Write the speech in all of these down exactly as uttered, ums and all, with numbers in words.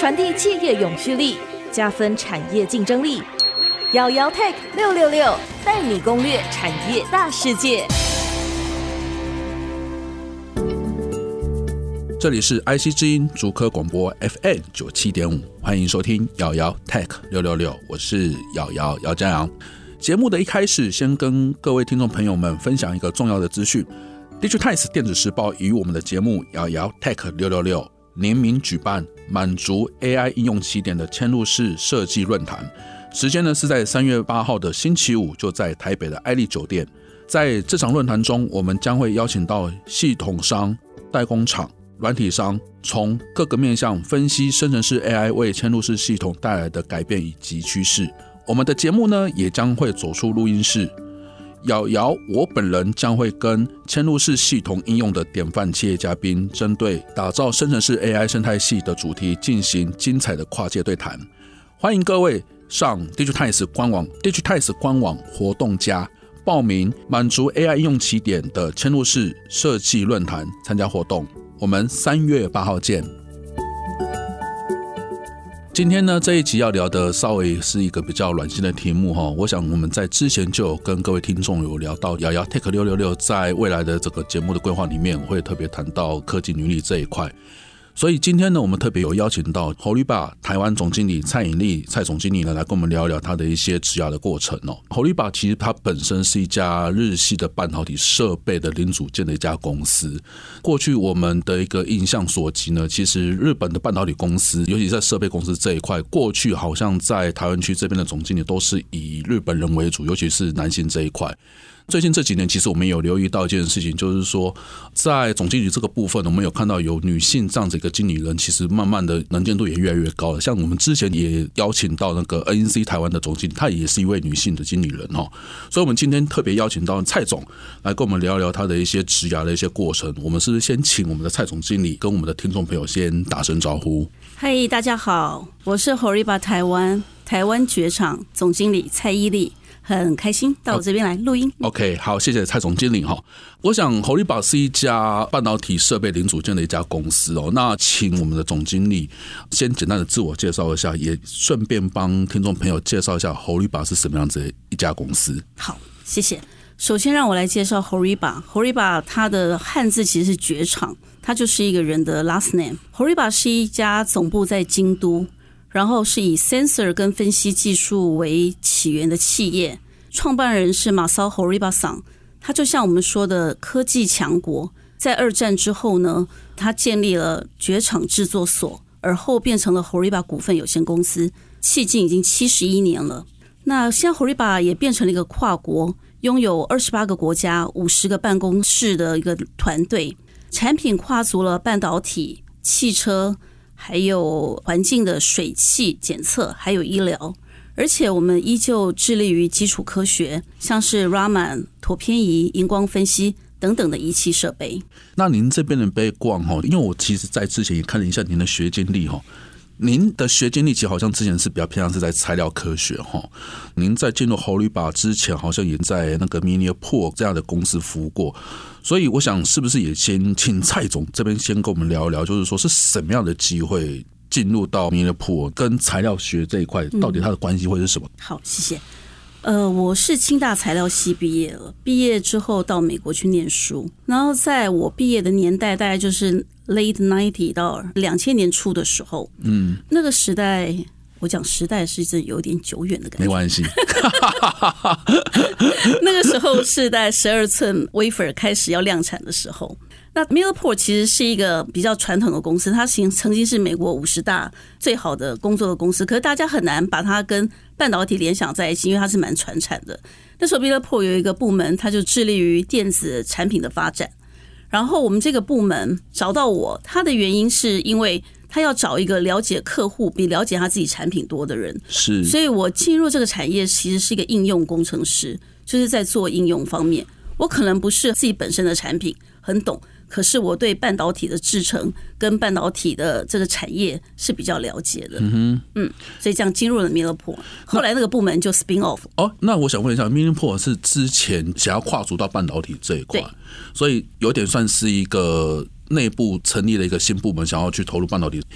传递企业永续力，加分产业竞争力。瑶瑶 Tech 六六六带你攻略产业大世界。 这里是 I C 之音竹科广播 F M 九七点五，欢迎收听瑶瑶 Tech 六六六，我是瑶瑶姚嘉阳。节目的一开始，先跟各位听众朋友们分享一个重要的资讯。Digitimes 电子时报与我们的节目瑶瑶 Tech 六六六联名举办满足 A I 应用起点的嵌入式设计论坛，时间呢是在三月八号的星期五，就在台北的爱丽酒店。在这场论坛中，我们将会邀请到系统商、代工厂、软体商，从各个面向分析生成式 A I 为嵌入式系统带来的改变以及趋势。我们的节目呢，也将会走出录音室。瑶瑶我本人将会跟嵌入式系统应用的典范企业嘉宾，针对打造生成式 A I 生态系的主题进行精彩的跨界对谈。欢迎各位上 Digitimes 官网 Digitimes 官网活动家报名满足 A I 应用起点的嵌入式设计论坛参加活动。我们三月八号见。今天呢，这一集要聊的稍微是一个比较软性的题目，我想我们在之前就有跟各位听众有聊到瑶瑶 Tech 六六六在未来的这个节目的规划里面，我会特别谈到科技女力这一块。所以今天呢，我们特别有邀请到侯旅把台湾总经理蔡颖丽蔡总经理呢来跟我们聊一聊他的一些职涯的过程哦。侯旅把其实它本身是一家日系的半导体设备的零组件的一家公司。过去我们的一个印象所及呢，其实日本的半导体公司，尤其在设备公司这一块，过去好像在台湾区这边的总经理都是以日本人为主，尤其是男性这一块。最近这几年其实我们有留意到一件事情，就是说在总经理这个部分，我们有看到有女性这样子一个经理人，其实慢慢的能见度也越来越高了。像我们之前也邀请到那个 N E C 台湾的总经理，她也是一位女性的经理人，所以我们今天特别邀请到蔡总来跟我们聊聊他的一些职涯的一些过程。我们是不是先请我们的蔡总经理跟我们的听众朋友先打声招呼？ 嗨，大家好，我是 Horiba 台湾台湾爵厂总经理蔡依丽，很开心到我这边来录音。 OK， 好，谢谢蔡总经理。我想Horiba是一家半导体设备零组件的一家公司哦。那请我们的总经理先简单的自我介绍一下，也顺便帮听众朋友介绍一下Horiba是什么样子的一家公司。 好，谢谢。首先让我来介绍 Horiba。 Horiba 它的汉字其实是爵厂，它就是一个人的 last name。 Horiba 是一家总部在京都，然后是以 sensor 跟分析技术为起源的企业，创办人是马骚 Horiba 桑，他就像我们说的科技强国。在二战之后呢，他建立了爵厂制作所，而后变成了 Horiba 股份有限公司，迄今已经七十一年了。那现在 Horiba 也变成了一个跨国，拥有二十八个国家五十个办公室的一个团队，产品跨足了半导体、汽车，还有环境的水汽检测，还有医疗。而且我们依旧致力于基础科学，像是 Raman 椭偏移、荧光分析等等的仪器设备。 那您这边的background，因为我其实在之前也看了一下您的学经历，您的学经历其实好像之前是比较偏向是在材料科学，您在进入Horiba之前好像也在那个 Minipur 这样的公司服务过，所以我想是不是也先请蔡总这边先跟我们聊一聊，就是说是什么样的机会进入到 Minipur 跟材料学这一块，到底它的关系会是什么？ 嗯、好，谢谢。呃，我是清大材料系毕业了，毕业之后到美国去念书，然后在我毕业的年代，大概就是 late nineties 到两千年初的时候，嗯，那个时代，我讲时代是真有点久远的感觉， 没关系。 那个时候是在十二寸 wafer 开始要量产的时候。那 Minipur 其实是一个比较传统的公司，它曾经是美国五十大最好的工作的公司，可是大家很难把它跟半导体联想在一起，因为它是蛮传产的。那时候 Minipur 有一个部门，它就致力于电子产品的发展。然后我们这个部门找到我，它的原因是因为他要找一个了解客户比了解他自己产品多的人， 是， 所以我进入这个产业其实是一个应用工程师，就是在做应用方面。我可能不是自己本身的产品很懂，可是我对半导体的制程跟半导体的这个产业是比较了解的。嗯哼，嗯，所以这样进入了 Minipur， 后来那个部门就 spin off。 哦，那我想问一下 ，Minipur 是之前想要跨足到半导体这一块，所以有点算是一个内部成立了一个新部门，想要去投入半导体。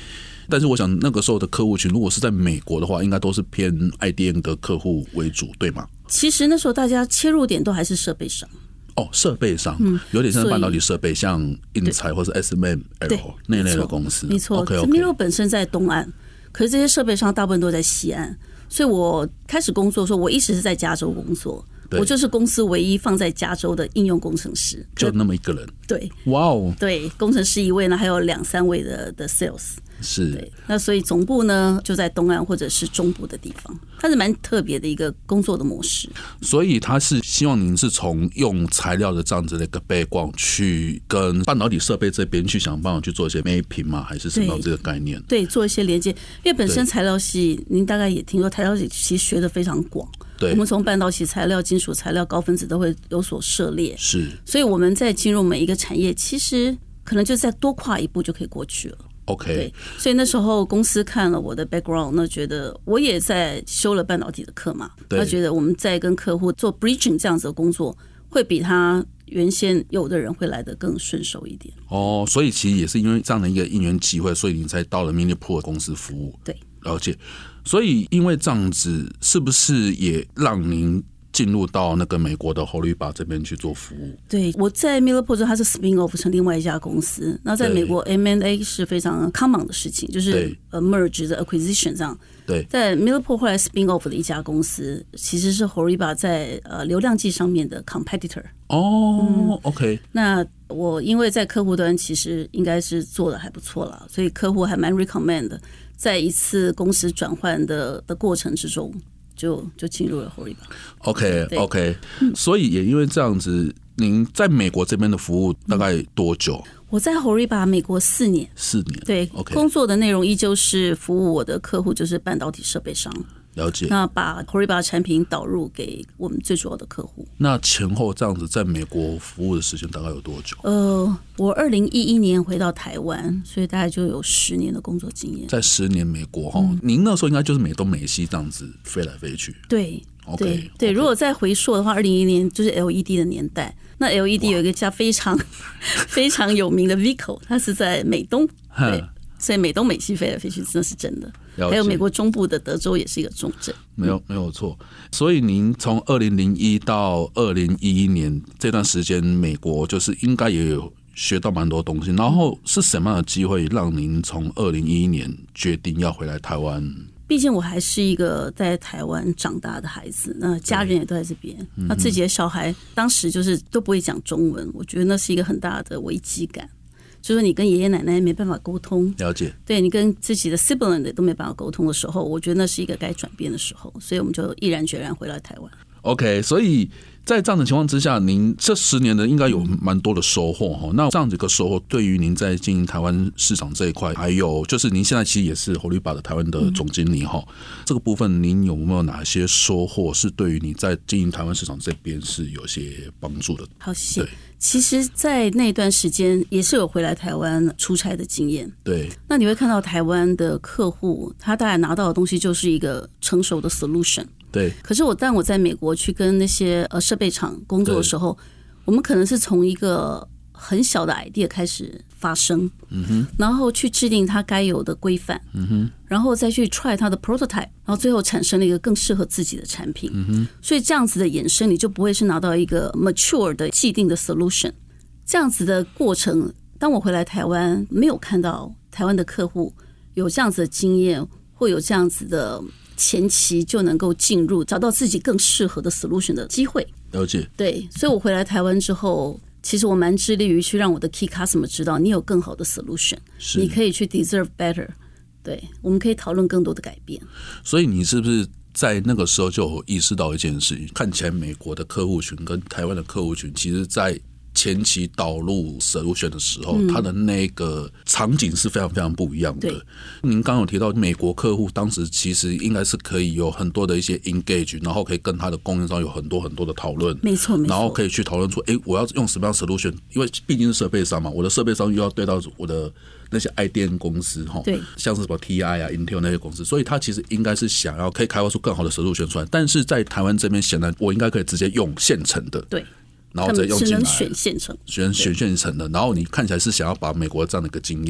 但是我想那个时候的客户群，如果是在美国的话，应该都是偏 I D M 的客户为主，对吗？ 其实那时候大家切入点都还是设备商。 哦，设备商、嗯、有点像半导体设备，像英才或是 S M L 那类的公司。 没错 ，OK OK。Milo 本身在东岸，可是这些设备商大部分都在西岸，所以我开始工作的时候，我一直是在加州工作。我就是公司唯一放在加州的应用工程师， 就那么一个人。 对， 哇哦， 对，工程师一位呢，还有两三位的的 sales。 是， 对，那所以总部呢就在东岸或者是中部的地方，它是蛮特别的一个工作的模式。 所以他是希望您是从用材料的这样子的一个背光去跟半导体设备这边去想办法去做一些 mapping 吗？还是什么样这个概念？ 对，做一些连接，因为本身材料系您大概也听说，材料系其实学得非常广。我们从半导体材料、金属材料、高分子都会有所涉猎， 是， 所以我们在进入每一个产业，其实可能就再多跨一步就可以过去了。 OK， 对，所以那时候公司看了我的 background， 那觉得我也在修了半导体的课嘛，他觉得我们在跟客户做 bridging 这样子的工作，会比他原先有的人会来得更顺手一点。 哦，所以其实也是因为这样的一个因缘机会，所以你才到了 Millipore 公司服务。 对， 了解。所以因为这样子，是不是也让您进入到那个美国的 Horiba 这边去做服务？ 对，我在 Millipore 它是 spin off 成另外一家公司。那在美国 M and A 是非常 common 的事情，就是呃 merge 的 acquisition 这样。 对， 在 Millipore 后来 spin off 的一家公司，其实是 Horiba 在呃流量计上面的 competitor。 哦、 嗯、 ，OK。 那我因为在客户端其实应该是做的还不错了，所以客户还蛮 recommend 的。在一次公司转换的的过程之中，就就进入了 Horiba。OK OK， 所以也因为这样子，您在美国这边的服务大概多久？ 我在 Horiba 美国四年。 四年。 对， OK， 工作的内容依旧是服务我的客户，就是半导体设备商。 了解。 那把 Horiba 产品导入给我们最主要的客户。 那前后这样子在美国服务的时间大概有多久？ 呃，我二零一一年回到台湾，所以大概就有十年的工作经验。 在十年美国哈、嗯，您那时候应该就是美东美西这样子飞来飞去。 对。 Okay, 对对， okay. 如果再回溯的话，二零一一年就是 L E D 的年代。那 L E D 有一个家非常非常有名的 Vico， 它是在美东，对，所以美东美西飞来飞去，真的是真的。还有美国中部的德州也是一个重镇， 没有没有错。所以您从二零零一到二零一一年这段时间，美国就是应该也有学到蛮多东西。然后是什么样的机会让您从二零一一年决定要回来台湾？ 毕竟我还是一个在台湾长大的孩子，那家人也都在这边，那自己的小孩当时就是都不会讲中文，我觉得那是一个很大的危机感，就是你跟爷爷奶奶没办法沟通， 了解， 对，你跟自己的 sibling 都没办法沟通的时候，我觉得那是一个该转变的时候，所以我们就毅然决然回来台湾。 OK， 所以在这样的情况之下，您这十年的应该有蛮多的收获哈。那这样子一个收获，对于您在经营台湾市场这一块，还有就是您现在其实也是 Horiba 的台湾的总经理哈、嗯，这个部分您有没有哪些收获是对于你在经营台湾市场这边是有些帮助的？ 好，谢谢。其实，在那段时间也是有回来台湾出差的经验。 对， 那你会看到台湾的客户，他大概拿到的东西就是一个成熟的 solution。 对， 可是我当我在美国去跟那些呃设备厂工作的时候，我们可能是从一个很小的 idea 开始发生，嗯哼，然后去制定它该有的规范，嗯哼，然后再去 try 它的 prototype， 然后最后产生了一个更适合自己的产品，嗯哼，所以这样子的衍生，你就不会是拿到一个 mature 的既定的 solution。这样子的过程，当我回来台湾，没有看到台湾的客户有这样子的经验，或有这样子的前期就能够进入找到自己更适合的 solution 的机会。 了解。对， 所以我回来台湾之后，其实我蛮致力于去让我的 key customer 知道你有更好的 solution， 你可以去 deserve better。对，我们可以讨论更多的改变。 所以你是不是在那个时候就有意识到一件事，看起来美国的客户群跟台湾的客户群，其实在前期导入 solution 的时候、嗯、它的那个场景是非常非常不一样的。您刚刚有提到美国客户当时其实应该是可以有很多的一些 engage， 然后可以跟他的供应商有很多很多的讨论， 没错， 然后可以去讨论出诶我要用什么样的 solution， 因为毕竟是设备商嘛，我的设备商又要对到我的那些 I D M 公司，对，像是什么 T I 啊 Intel 那些公司，所以他其实应该是想要可以开发出更好的 solution 出来，但是在台湾这边显然我应该可以直接用现成的，对，然后再用进来， 只能选现成， 选选现成的。然后你看起来是想要把美国这样的一个经验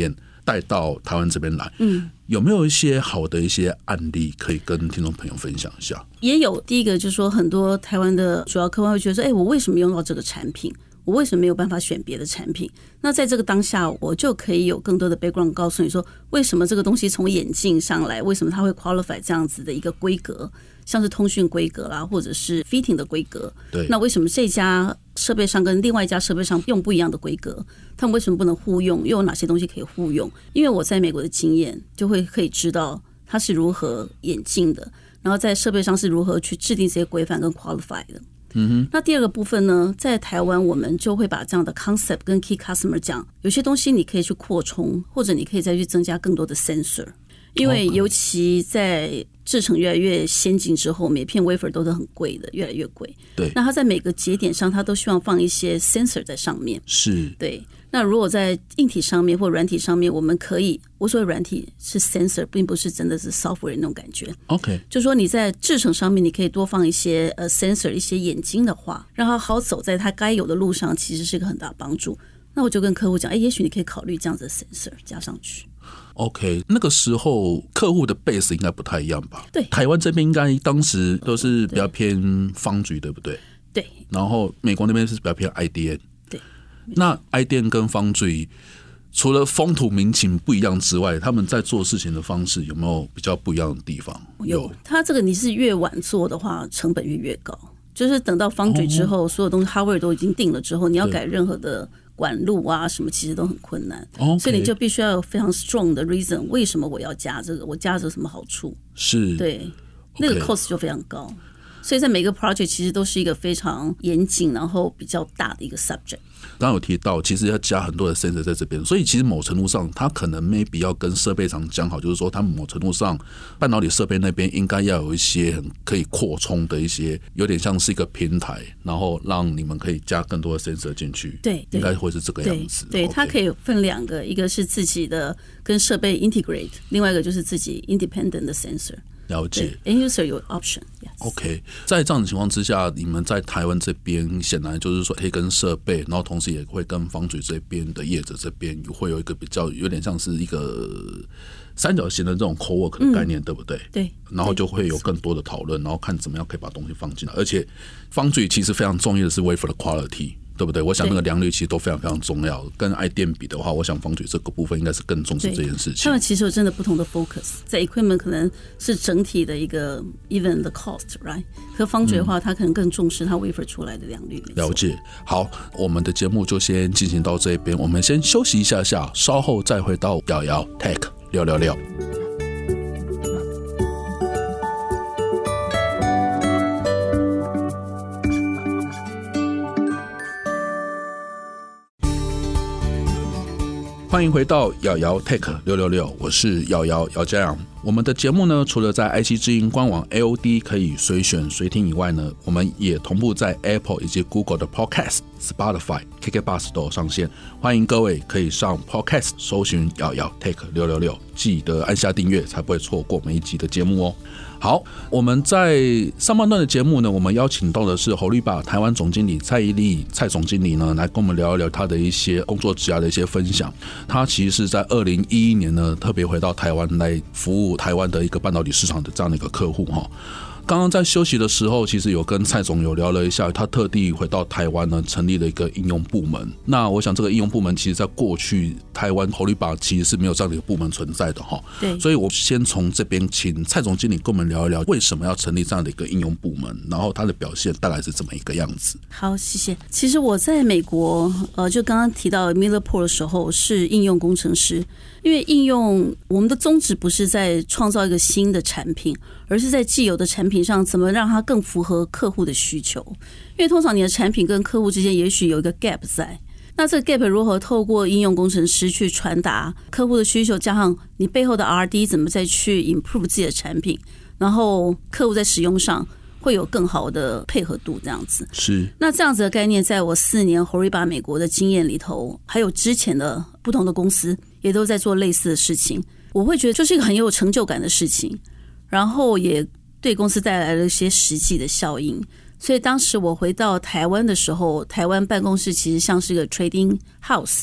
带到台湾这边来， 嗯， 有没有一些好的一些案例可以跟听众朋友分享一下？ 也有，第一个就是说，很多台湾的主要客户会觉得说，哎，我为什么用到这个产品？我为什么没有办法选别的产品？那在这个当下，我就可以有更多的 background 告诉你说，为什么这个东西从眼镜上来，为什么它会 qualify 这样子的一个规格，像是通讯规格啦，或者是 fitting 的规格。 对， 那为什么这家设备商跟另外一家设备商用不一样的规格？他们为什么不能互用？又有哪些东西可以互用？因为我在美国的经验，就会可以知道它是如何演进的，然后在设备上是如何去制定这些规范跟 qualify 的。 嗯哼， 那第二个部分呢，在台湾我们就会把这样的 concept 跟 key customer 讲，有些东西你可以去扩充，或者你可以再去增加更多的 sensor， 因为尤其在制程越来越先进之后，每片 wafer 都是很贵的，越来越贵。 对， 那它在每个节点上，它都希望放一些 sensor 在上面。 是， 对。那如果在硬体上面或软体上面，我们可以，我说的软体是 sensor， 并不是真的是 software 那种感觉。 OK， 就说你在制程上面，你可以多放一些呃 sensor， 一些眼睛的话，让它好走在它该有的路上，其实是一个很大帮助。那我就跟客户讲，哎，也许你可以考虑这样子的 sensor 加上去。 OK， 那个时候客户的 base 应该不太一样吧？ 对， 台湾这边应该当时都是比较偏方局，对不对？ 对。 然后美国那边是比较偏 I D N。 对。 那 I D N 跟方局除了风土民情不一样之外，他们在做事情的方式有没有比较不一样的地方？ 有，它这个你是越晚做的话，成本越越高。就是等到方局之后，哦、所有东西 hardware 都已经定了之后，你要改任何的管路啊什么，其实都很困难。Okay， 所以你就必须要有非常 strong 的 reason， 为什么我要加这个？我加这什么好处？ 是， 对，那个 cost 就非常高。所以在每个 project 其实都是一个非常严谨，然后比较大的一个 subject。 刚刚有提到，其实要加很多的 sensor 在这边，所以其实某程度上，它可能 maybe 要跟设备厂讲好，就是说，他们某程度上半导体设备那边应该要有一些很可以扩充的一些，有点像是一个平台，然后让你们可以加更多的 sensor 进去。 对， 应该会是这个样子。 对，对 okay， 它可以分两个，一个是自己的跟设备 integrate， 另外一个就是自己 independent 的 sensor。 了解 ，end user 有 option。OK， 在这样的情况之下，你们在台湾这边显然就是说可以跟设备，然后同时也会跟方嘴这边的业者这边会有一个比较有点像是一个三角形的这种 co-work 的概念，嗯、对不对？ 对。 然后就会有更多的讨论，然后看怎么样可以把东西放进来。而且方嘴其实非常重要的是 wafer 的 quality。对不对？我想那个良率其实都非常非常重要。跟爱电比的话，我想方嘴这个部分应该是更重视这件事情。 他们其实有真的不同的 focus， 在 equipment 可能是整体的一个 even the cost，right？ 可方嘴的话，它可能更重视它 wafer 出来的良率。 了解。好，我们的节目就先进行到这边，我们先休息一下下，稍后再回到瑶瑶 Tech 六六六。欢迎回到瑶瑶 Tech 六六六，我是瑶瑶姚嘉阳。我们的节目呢，除了在 I C 之音官网 A O D 可以随选随听以外呢，我们也同步在 Apple 以及 Google 的 Podcast、Spotify、K K B O X 都有上线。欢迎各位可以上 Podcast 搜寻瑶瑶 Tech 六六六，记得按下订阅，才不会错过每一集的节目哦。好，我们在上半段的节目呢，我们邀请到的是侯立爸台湾总经理蔡一丽蔡总经理呢，来跟我们聊一聊他的一些工作职涯的一些分享。他其实是在二零一一年呢，特别回到台湾来服务台湾的一个半导体市场的这样的一个客户哈。刚刚在休息的时候，其实有跟蔡总有聊了一下，他特地回到台湾呢，成立了一个应用部门。那我想这个应用部门，其实在过去台湾侯立爸其实是没有这样的一个部门存在的哈。 对， 所以我先从这边请蔡总经理跟我们聊一聊，为什么要成立这样的一个应用部门，然后他的表现大概是怎么一个样子。 好，谢谢。其实我在美国，呃，就刚刚提到 Millerport 的时候是应用工程师，因为应用我们的宗旨不是在创造一个新的产品，而是在既有的产品上怎么让它更符合客户的需求。因为通常你的产品跟客户之间也许有一个 gap 在，那这个 gap 如何透过应用工程师去传达客户的需求，加上你背后的 R and D 怎么再去 improve 自己的产品，然后客户在使用上会有更好的配合度，这样子。 是。 那这样子的概念，在我四年 Horiba 美国的经验里头，还有之前的不同的公司也都在做类似的事情。我会觉得就是一个很有成就感的事情，然后也对公司带来了一些实际的效应。所以当时我回到台湾的时候，台湾办公室其实像是一个 trading house，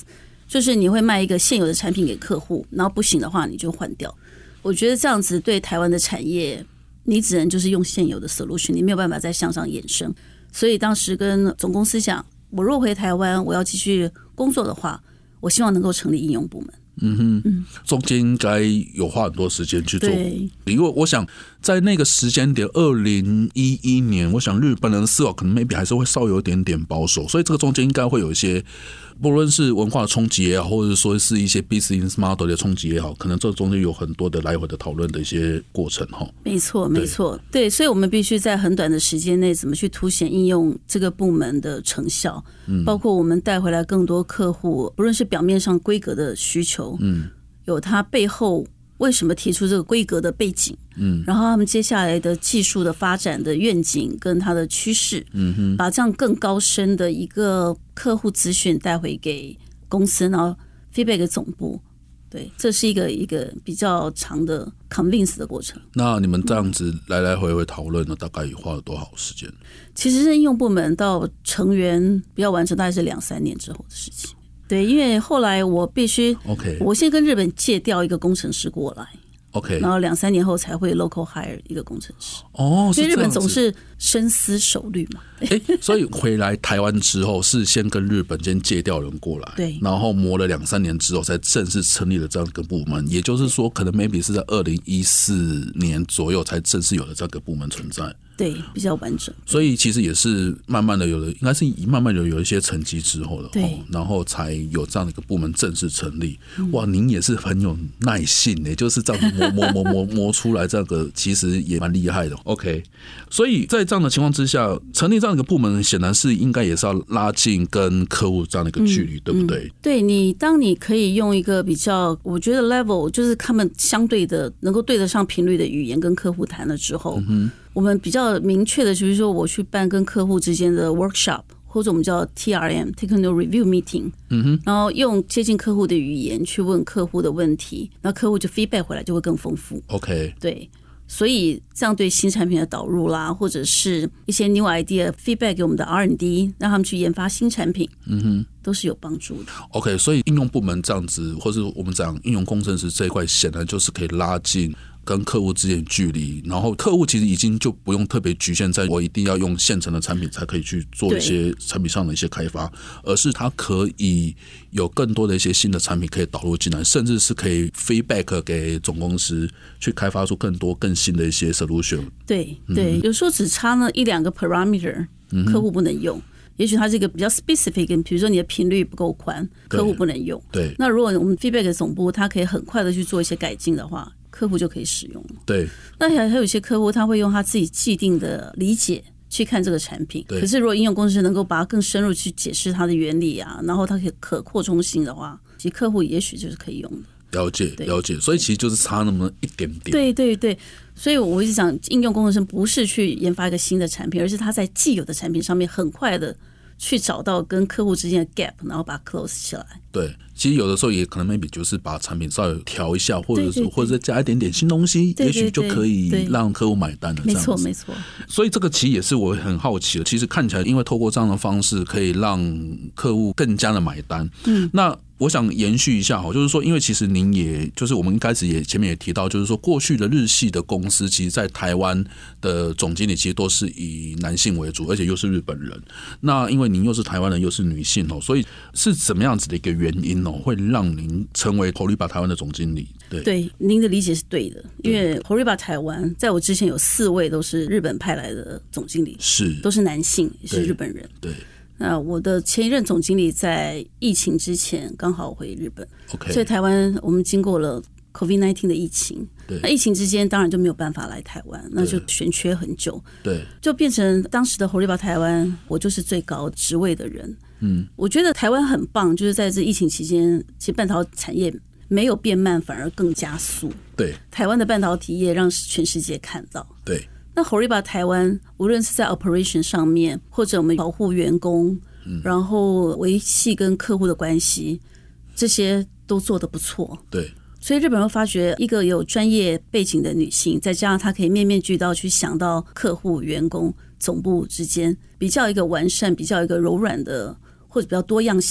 就是你会卖一个现有的产品给客户，然后不行的话你就换掉。我觉得这样子对台湾的产业，你只能就是用现有的 solution， 你没有办法再向上衍生。所以当时跟总公司讲，我若回台湾我要继续工作的话，我希望能够成立应用部门。 嗯哼，嗯，中间应该有花很多时间去做，因为我想在那个时间点，二零一一年，我想日本人的思考可能 maybe 还是会稍微有一点点保守，所以这个中间应该会有一些，不论是文化的冲击也好，或者说是一些 business model 的冲击也好，可能这中间有很多的来回的讨论的一些过程哈。 没错，没错，对，所以我们必须在很短的时间内怎么去凸显应用这个部门的成效，嗯，包括我们带回来更多客户，不论是表面上规格的需求。嗯，有它背后为什么提出这个规格的背景，嗯，然后他们接下来的技术的发展的愿景跟它的趋势，嗯哼，把这样更高深的一个客户资讯带回给公司，然后 feedback 给总部。对，这是一个一个比较长的 convince 的过程。 那你们这样子来来回回讨论呢，大概花了多少时间？ 其实应用部门到成员比较完成，大概是两三年之后的事情。对，因为后来我必须 ，OK， 我先跟日本借调一个工程师过来 ，OK， 然后两三年后才会 local hire 一个工程师。 哦， 因为日本总是深思熟虑嘛。 哎，所以回来台湾之后，是先跟日本先借调人过来， 对， 然后磨了两三年之后，才正式成立了这样一个部门。也就是说，可能 maybe 是在二零一四年左右才正式有了这个部门存在。 对，比较完整。 所以其实也是慢慢的有了，应该是慢慢的有一些成绩之后的， 对， 然后才有这样的一个部门正式成立。嗯、哇，您也是很有耐性的，就是这样磨磨磨磨磨出来这个，其实也蛮厉害的。OK， 所以在这样的情况之下，成立这样一个部门，显然是应该也是要拉近跟客户这样的一个距离，嗯、对不对？ 嗯、对你，当你可以用一个比较，我觉得 level 就是他们相对的能够对得上频率的语言跟客户谈了之后。嗯，我们比较明确的就是说，我去办跟客户之间的 workshop， 或者我们叫 T R M Technical Review Meeting， 嗯哼，然后用接近客户的语言去问客户的问题，那客户就 feedback 回来就会更丰富。 OK， 对，所以这样对新产品的导入啦，或者是一些 new idea feedback 给我们的 R and D， 让他们去研发新产品，嗯哼，都是有帮助的。 OK， 所以应用部门这样子，或是我们讲应用工程师这一块，显然就是可以拉近跟客户之间的距离，然后客户其实已经就不用特别局限在我一定要用现成的产品才可以去做一些产品上的一些开发，而是它可以有更多的一些新的产品可以导入进来，甚至是可以 feedback 给总公司去开发出更多更新的一些 solution。 对对、嗯、有时候只差那一两个 parameter 客户不能用、嗯，也许它是一个比较 specific， 比如说你的频率不够宽，客户不能用。对，那如果我们 feedback 给总部，它可以很快的去做一些改进的话，客户就可以使用了。对，那还有一些客户他会用他自己既定的理解去看这个产品，可是如果应用工程师能够把它更深入去解释它的原理啊，然后它可以可扩充性的话，其实客户也许就是可以用的。 了解了解，所以其实就是差那么一点点。 对对对，所以我一直讲，应用工程师不是去研发一个新的产品，而是他在既有的产品上面很快的去找到跟客户之间的 gap， 然后把它 close 起来。对， 其实有的时候也可能 maybe 就是把产品稍微调一下，或者是或者是加一点点新东西，对对对，也许就可以让客户买单了。 没错没错。 所以这个其实也是我很好奇的，其实看起来因为透过这样的方式可以让客户更加的买单。嗯，那我想延续一下哈，就是说，因为其实您也就是我们一开始也前面也提到，就是说过去的日系的公司，其实在台湾的总经理其实都是以男性为主，而且又是日本人。那因为您又是台湾人，又是女性哦，所以是怎么样子的一个原因哦，会让您成为 Horiba 台湾的总经理？对， 对，您的理解是对的，因为 Horiba 台湾在我之前有四位都是日本派来的总经理，是都是男性，也是日本人。对。对，那我的前一任总经理在疫情之前刚好回日本， okay， 所以台湾我们经过了 COVID 十九 的疫情，那疫情之间当然就没有办法来台湾，那就悬缺很久，对，就变成当时的 Horiba 台湾，我就是最高职位的人。嗯，我觉得台湾很棒，就是在这疫情期间，其实半导体产业没有变慢，反而更加速。对，台湾的半导体业让全世界看到。对。那 Horiba 台湾无论是在 operation 上面，或者我们保护员工，嗯、然后维系跟客户的关系，这些都做得不错。对，所以日本人发觉一个有专业背景的女性，再加上她可以面面俱到去想到客户、员工、总部之间比较一个完善、比较一个柔软的或者比较多样性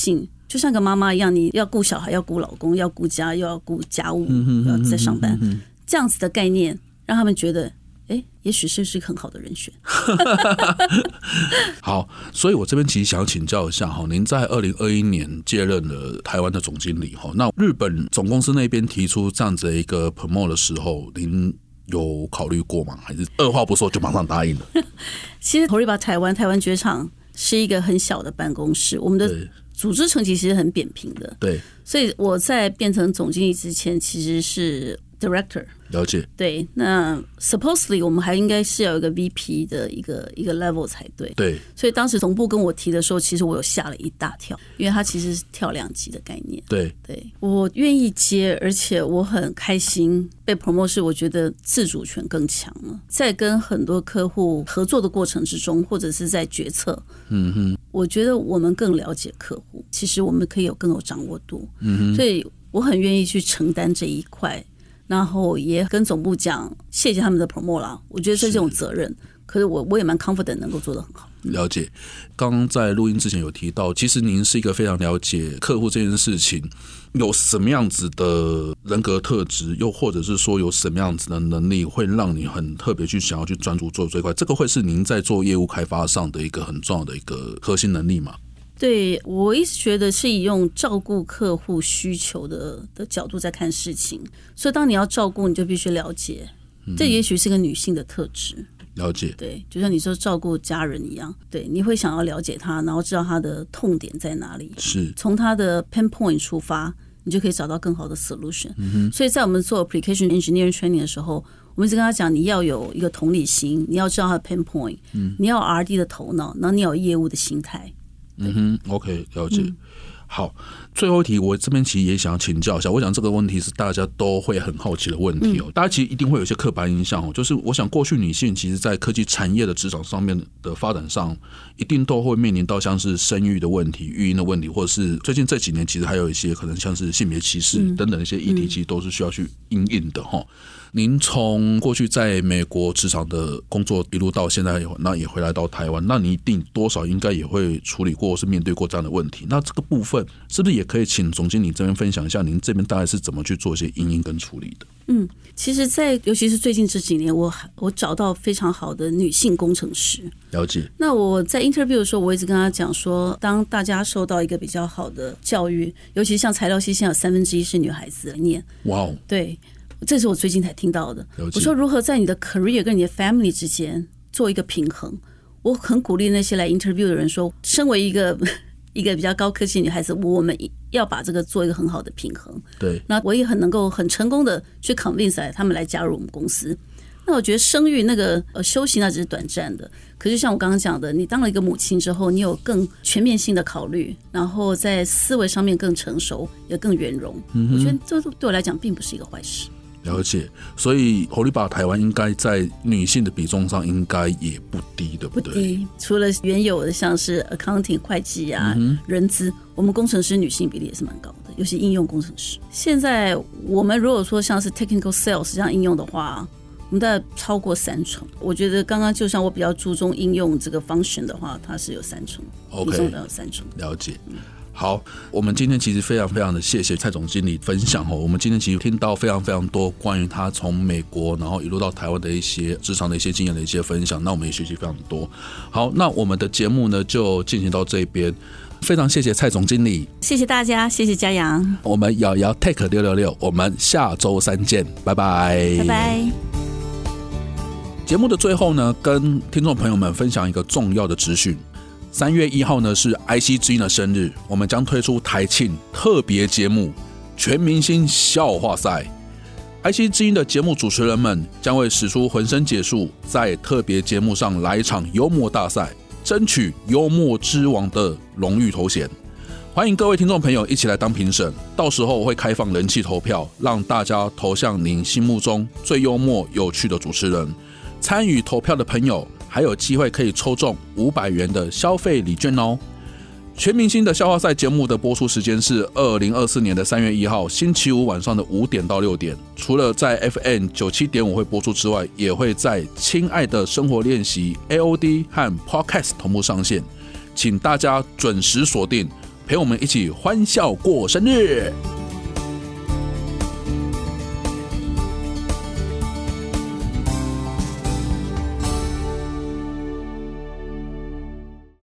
就像个妈妈一样，你要顾小孩，要顾老公，要顾家，又要顾家务，要在上班，这样子的概念，让他们觉得，哎，也许是是一个很好的人选。 好，所以我这边其实想要请教一下哈，您在二零二一年接任了台湾的总经理哈，那日本总公司那边提出这样子的一个 promote 的时候，您有考虑过吗？还是二话不说就马上答应了？ 其实 Horiba 台湾台湾爵场是一个很小的办公室，我们的组织层级其实很扁平的， 对， 所以我在变成总经理之前其实是 director。 了解。 对，那 supposedly 我们还应该是要有一个 V P 的一个一个 level 才对。 对， 所以当时总部跟我提的时候，其实我有吓了一大跳，因为它其实是跳两级的概念。 对， 对，我愿意接，而且我很开心被 promote， 是我觉得自主权更强了。在跟很多客户合作的过程之中，或者是在决策，嗯哼，我觉得我们更了解客户，其实我们可以有更有掌握度。嗯哼，所以我很愿意去承担这一块。然后也跟总部讲谢谢他们的 promote 啦，我觉得这是这种责任，可是我我也蛮 confident 能够做得很好。 了解。刚刚在录音之前有提到，其实您是一个非常了解客户这件事情有什么样子的人格特质，又或者是说有什么样子的能力会让你很特别去想要去专注做这一块，这个会是您在做业务开发上的一个很重要的一个核心能力吗？ 对，我一直觉得是以用照顾客户需求 的, 的角度在看事情，所以当你要照顾，你就必须了解，这也许是个女性的特质。 了解。 对，就像你说照顾家人一样，对，你会想要了解他，然后知道他的痛点在哪里， 是从他的 pain point 出发，你就可以找到更好的 solution。嗯、所以在我们做 application engineering training 的时候，我们一直跟他讲，你要有一个同理心，你要知道他的 pain point，、嗯、你要有 R D 的头脑，然后你要有业务的心态。 嗯哼 ，OK， 了解。嗯、好，最后一题，我这边其实也想要请教一下。我想这个问题是大家都会很好奇的问题哦。嗯、大家其实一定会有一些刻板印象哦，就是我想过去女性其实在科技产业的职场上面的发展上，一定都会面临到像是生育的问题、育婴的问题，或者是最近这几年其实还有一些可能像是性别歧视等等一些议题，其实都是需要去因应的哈。您从过去在美国职场的工作一路到现在，那也回来到台湾，那你一定多少应该也会处理过或是面对过这样的问题。那这个部分是不是也可以请总经理这边分享一下，您这边大概是怎么去做一些因应跟处理的？ 嗯，其实在尤其是最近这几年，我我找到非常好的女性工程师。 了解。 那我在 interview 的时候，我一直跟他讲说，当大家受到一个比较好的教育，尤其像材料系，现在有三分之一是女孩子来念。哇哦。对。这是我最近才听到的。我说如何在你的 career 跟你的 family 之间做一个平衡。我很鼓励那些来 interview 的人说，身为一个一个比较高科技的女孩子，我们要把这个做一个很好的平衡。 对， 那我也很能够很成功的去 convince 他们来加入我们公司。那我觉得生育那个呃休息那只是短暂的，可是像我刚刚讲的，你当了一个母亲之后，你有更全面性的考虑，然后在思维上面更成熟，也更圆融。嗯、我觉得这对我来讲并不是一个坏事。 了解，所以 Horiba 台湾应该在女性的比重上应该也不低，对不对？ 不低，除了原有的像是 accounting 会计啊、嗯、人资，我们工程师女性比例也是蛮高的，尤其应用工程师。现在我们如果说像是 technical sales 这样应用的话，我们大概超过三成。我觉得刚刚就像我比较注重应用这个 function 的话，它是有三成，比重有三成。 了解。嗯，好，我们今天其实非常非常的谢谢蔡总经理分享哦。我们今天其实听到非常非常多关于他从美国然后一路到台湾的一些职场的一些经验的一些分享，那我们也学习非常多。好，那我们的节目呢就进行到这边，非常谢谢蔡总经理， 谢谢大家，谢谢嘉阳。 我们瑶瑶 Tech 六六六，我们下周三见，拜拜， 拜拜。 节目的最后呢，跟听众朋友们分享一个重要的资讯。三月一号呢是 I C 之音的生日，我们将推出台庆特别节目全明星笑话赛。I C 之音的节目主持人们将会使出浑身解数，在特别节目上来一场幽默大赛，争取幽默之王的荣誉头衔。欢迎各位听众朋友一起来当评审，到时候会开放人气投票，让大家投向您心目中最幽默有趣的主持人。参与投票的朋友还有机会可以抽中五百元的消费礼券哦。全明星的笑话赛节目的播出时间是二零二四年的三月一号星期五晚上的五点到六点。除了在 F M 九十七点五 会播出之外，也会在亲爱的生活练习 A O D 和 Podcast 同步上线，请大家准时锁定陪我们一起欢笑过生日。